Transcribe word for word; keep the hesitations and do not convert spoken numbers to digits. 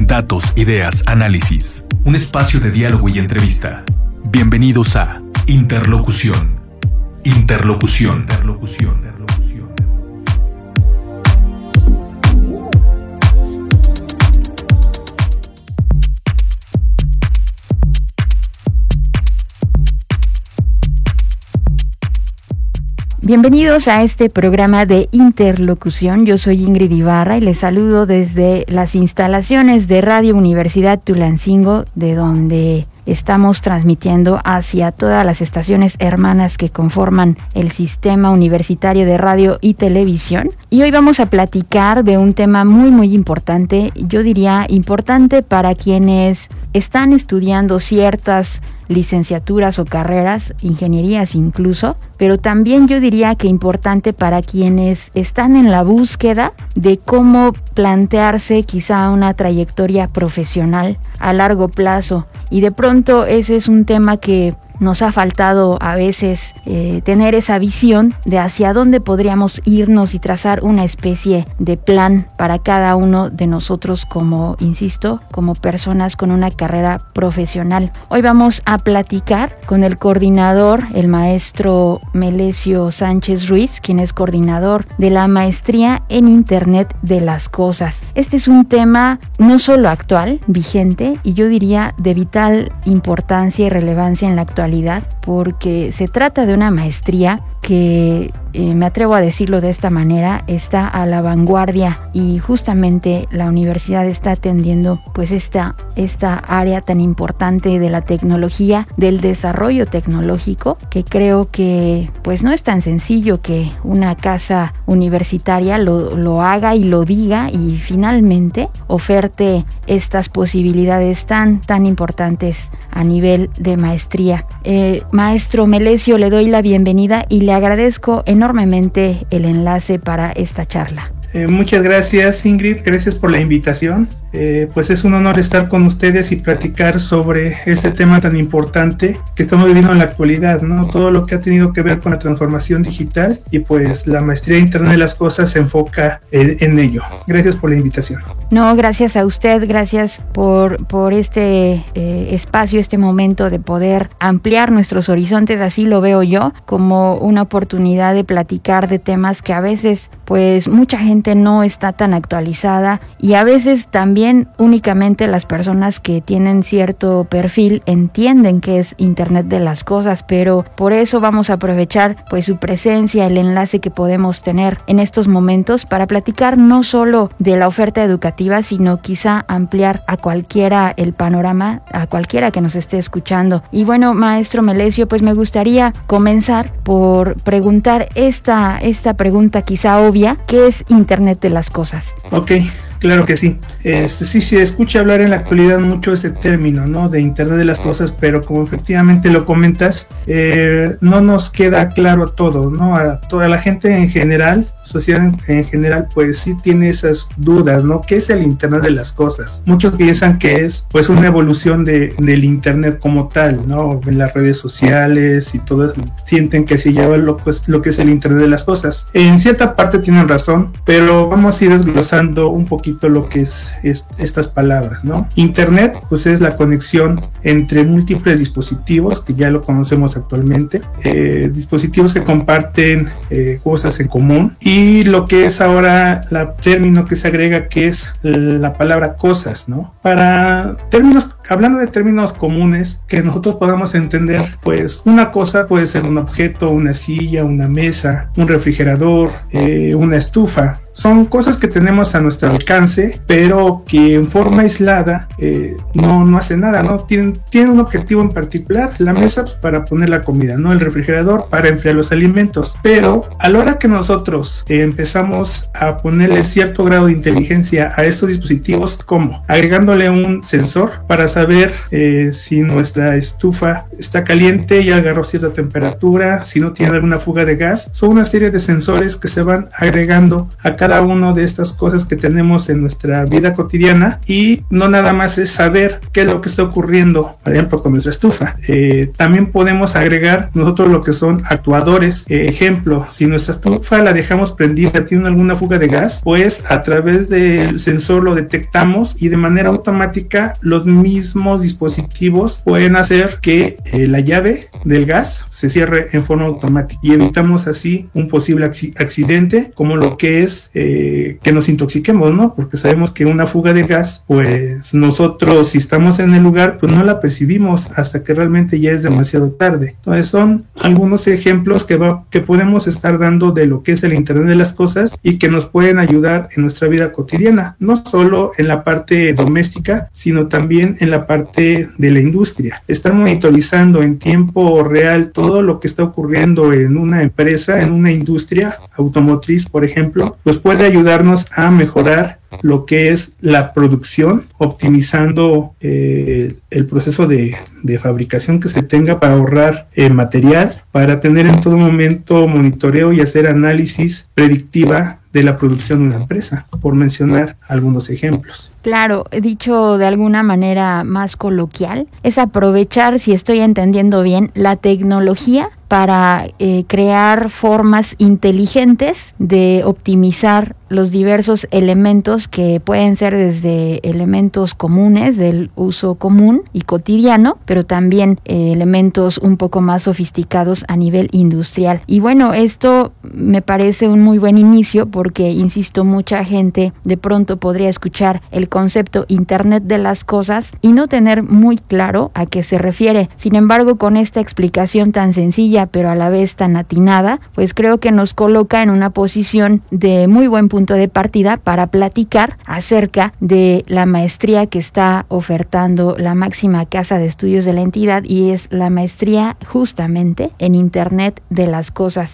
Datos, ideas, análisis. Un espacio de diálogo y entrevista. Bienvenidos a Interlocución. Interlocución. Interlocución. Bienvenidos a este programa de Interlocución. Yo soy Ingrid Ibarra y les saludo desde las instalaciones de Radio Universidad Tulancingo, de donde estamos transmitiendo hacia todas las estaciones hermanas que conforman el sistema universitario de radio y televisión. Y hoy vamos a platicar de un tema muy muy importante, yo diría importante para quienes están estudiando ciertas licenciaturas o carreras, ingenierías incluso, pero también yo diría que importante para quienes están en la búsqueda de cómo plantearse quizá una trayectoria profesional a largo plazo. Y de pronto ese es un tema que nos ha faltado a veces eh, tener esa visión de hacia dónde podríamos irnos y trazar una especie de plan para cada uno de nosotros como, insisto, como personas con una carrera profesional. Hoy vamos a platicar con el coordinador, el maestro Melesio Sánchez Ruiz, quien es coordinador de la maestría en Internet de las Cosas. Este es un tema no solo actual, vigente, y yo diría de vital importancia y relevancia en la actualidad, porque se trata de una maestría que, eh, me atrevo a decirlo de esta manera, está a la vanguardia, y justamente la universidad está atendiendo pues esta, esta área tan importante de la tecnología, del desarrollo tecnológico, que creo que pues no es tan sencillo que una casa universitaria lo, lo haga y lo diga y finalmente oferte estas posibilidades tan, tan importantes a nivel de maestría. Eh, maestro Melesio, le doy la bienvenida y le agradezco enormemente el enlace para esta charla. Eh, muchas gracias, Ingrid, gracias por la invitación. Eh, pues es un honor estar con ustedes y platicar sobre este tema tan importante que estamos viviendo en la actualidad, ¿no? Todo lo que ha tenido que ver con la transformación digital, y pues la maestría en Internet de las Cosas se enfoca en, en ello. Gracias por la invitación. No, gracias a usted, gracias por, por este eh, espacio, este momento de poder ampliar nuestros horizontes, así lo veo yo, como una oportunidad de platicar de temas que a veces pues mucha gente no está tan actualizada, y a veces también únicamente las personas que tienen cierto perfil entienden qué es Internet de las Cosas, pero por eso vamos a aprovechar pues su presencia, el enlace que podemos tener en estos momentos para platicar no solo de la oferta educativa, sino quizá ampliar a cualquiera el panorama, a cualquiera que nos esté escuchando. Y bueno, maestro Melesio, pues me gustaría comenzar por preguntar esta, esta pregunta quizá obvia: ¿qué es Internet de las Cosas? Ok, claro que sí. Este, sí, se escucha hablar en la actualidad mucho ese término, ¿no? De Internet de las Cosas, pero como efectivamente lo comentas, eh, no nos queda claro todo, ¿no? A toda la gente en general, sociedad en, en general, pues sí tiene esas dudas, ¿no? ¿Qué es el Internet de las Cosas? Muchos piensan que es, pues, una evolución de, del Internet como tal, ¿no? En las redes sociales y todo eso, sienten que se lleva lo, pues, lo que es el Internet de las Cosas. En cierta parte tienen razón, pero vamos a ir desglosando un poquito lo que es, es estas palabras, ¿no? Internet, pues, es la conexión entre múltiples dispositivos, que ya lo conocemos actualmente, eh, dispositivos que comparten eh, cosas en común, y lo que es ahora la término que se agrega, que es la palabra cosas, ¿no? Para términos, hablando de términos comunes que nosotros podamos entender, pues una cosa puede ser un objeto, una silla, una mesa, un refrigerador, eh, una estufa. Son cosas que tenemos a nuestro alcance, pero que en forma aislada eh, no, no hace nada, ¿no? Tienen, tienen un objetivo en particular: la mesa, pues, para poner la comida, ¿no? El refrigerador para enfriar los alimentos. Pero a la hora que nosotros eh, empezamos a ponerle cierto grado de inteligencia a estos dispositivos, ¿cómo? Agregándole un sensor para saber eh, si nuestra estufa está caliente y agarró cierta temperatura, si no tiene alguna fuga de gas. Son una serie de sensores que se van agregando a cada una de estas cosas que tenemos en nuestra vida cotidiana, y no nada más es saber qué es lo que está ocurriendo, por ejemplo, con nuestra estufa. Eh, también podemos agregar nosotros lo que son actuadores. Eh, ejemplo, si nuestra estufa la dejamos prendida, tiene alguna fuga de gas, pues a través del sensor lo detectamos y de manera automática los mismos dispositivos pueden hacer que eh, la llave del gas se cierre en forma automática, y evitamos así un posible accidente como lo que es eh, que nos intoxiquemos, ¿no? Porque sabemos que una fuga de gas, pues nosotros si estamos en el lugar, pues no la percibimos hasta que realmente ya es demasiado tarde. Entonces son algunos ejemplos que, va, que podemos estar dando de lo que es el Internet de las Cosas y que nos pueden ayudar en nuestra vida cotidiana, no solo en la parte doméstica, sino también en la parte de la industria. Estar monitorizando en tiempo real todo lo que está ocurriendo en una empresa, en una industria automotriz, por ejemplo, pues puede ayudarnos a mejorar lo que es la producción, optimizando eh, el proceso de, de fabricación que se tenga para ahorrar eh, material, para tener en todo momento monitoreo y hacer análisis predictiva de la producción de una empresa, por mencionar algunos ejemplos. Claro, dicho de alguna manera más coloquial, es aprovechar, si estoy entendiendo bien, la tecnología para eh, crear formas inteligentes de optimizar los diversos elementos que pueden ser desde elementos comunes del uso común y cotidiano, pero también eh, elementos un poco más sofisticados a nivel industrial. Y bueno, esto me parece un muy buen inicio porque, insisto, mucha gente de pronto podría escuchar el concepto Internet de las Cosas y no tener muy claro a qué se refiere. Sin embargo, con esta explicación tan sencilla pero a la vez tan atinada, pues creo que nos coloca en una posición de muy buen punto de partida para platicar acerca de la maestría que está ofertando la máxima casa de estudios de la entidad, y es la maestría justamente en Internet de las Cosas.